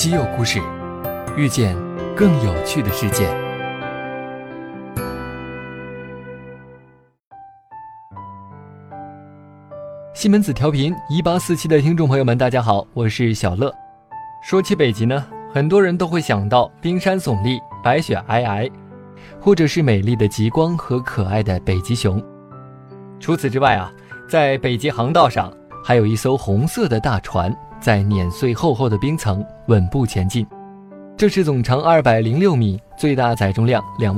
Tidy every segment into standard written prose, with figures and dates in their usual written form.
稀有故事，遇见更有趣的世界。西门子调频1847的听众朋友们，大家好，我是小乐。说起北极呢，很多人都会想到冰山耸立、白雪皑皑，或者是美丽的极光和可爱的北极熊。除此之外啊，在北极航道上还有一艘红色的大船，在碾碎厚厚的冰层稳步前进。这是总长206米、最大载重量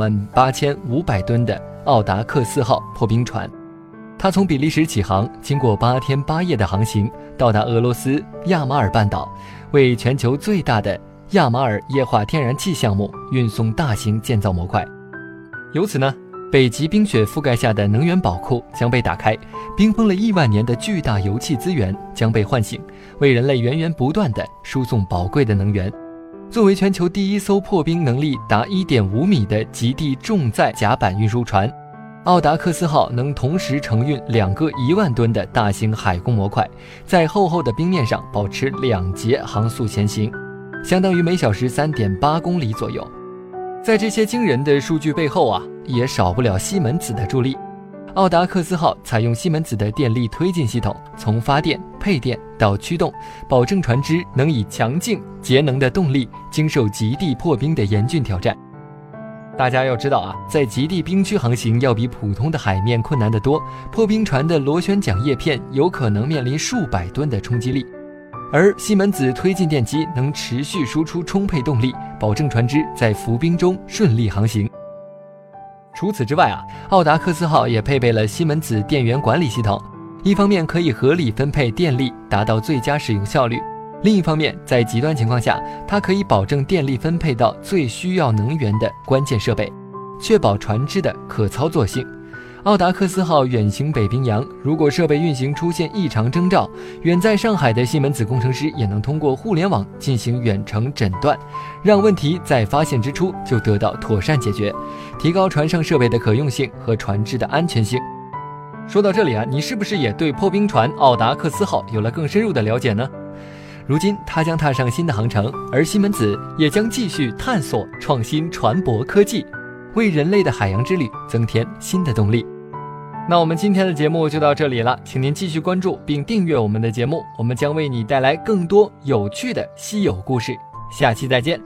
28500吨的奥达克斯号破冰船。它从比利时起航，经过8天8夜的航行，到达俄罗斯亚马尔半岛，为全球最大的亚马尔液化天然气项目运送大型建造模块。由此呢，北极冰雪覆盖下的能源宝库将被打开，冰封了1万年的巨大油气资源将被唤醒，为人类源源不断地输送宝贵的能源。作为全球第一艘破冰能力达 1.5 米的极地重载甲板运输船，奥达克斯号能同时承运2个1万吨的大型海工模块，在厚厚的冰面上保持2节航速前行，相当于每小时 3.8 公里左右。在这些惊人的数据背后啊，也少不了西门子的助力。奥达克斯号采用西门子的电力推进系统，从发电、配电到驱动，保证船只能以强劲节能的动力经受极地破冰的严峻挑战。大家要知道啊，在极地冰区航行要比普通的海面困难得多，破冰船的螺旋桨叶片有可能面临数百吨的冲击力，而西门子推进电机能持续输出充沛动力，保证船只在浮冰中顺利航行。除此之外啊，奥达克斯号也配备了西门子电源管理系统，一方面可以合理分配电力，达到最佳使用效率，另一方面在极端情况下，它可以保证电力分配到最需要能源的关键设备，确保船只的可操作性。奥达克斯号远行北冰洋，如果设备运行出现异常征兆，远在上海的西门子工程师也能通过互联网进行远程诊断，让问题在发现之初就得到妥善解决，提高船上设备的可用性和船只的安全性。说到这里啊，你是不是也对破冰船奥达克斯号有了更深入的了解呢？如今它将踏上新的航程，而西门子也将继续探索创新船舶科技，为人类的海洋之旅增添新的动力。那我们今天的节目就到这里了，请您继续关注并订阅我们的节目，我们将为你带来更多有趣的稀有故事。下期再见。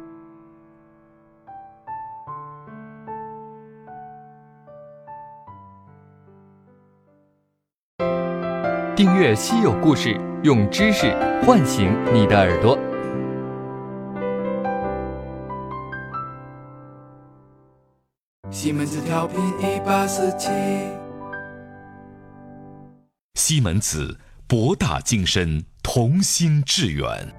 订阅稀有故事，用知识唤醒你的耳朵。 西门子调频1847， 西门子博大精深，同心致远。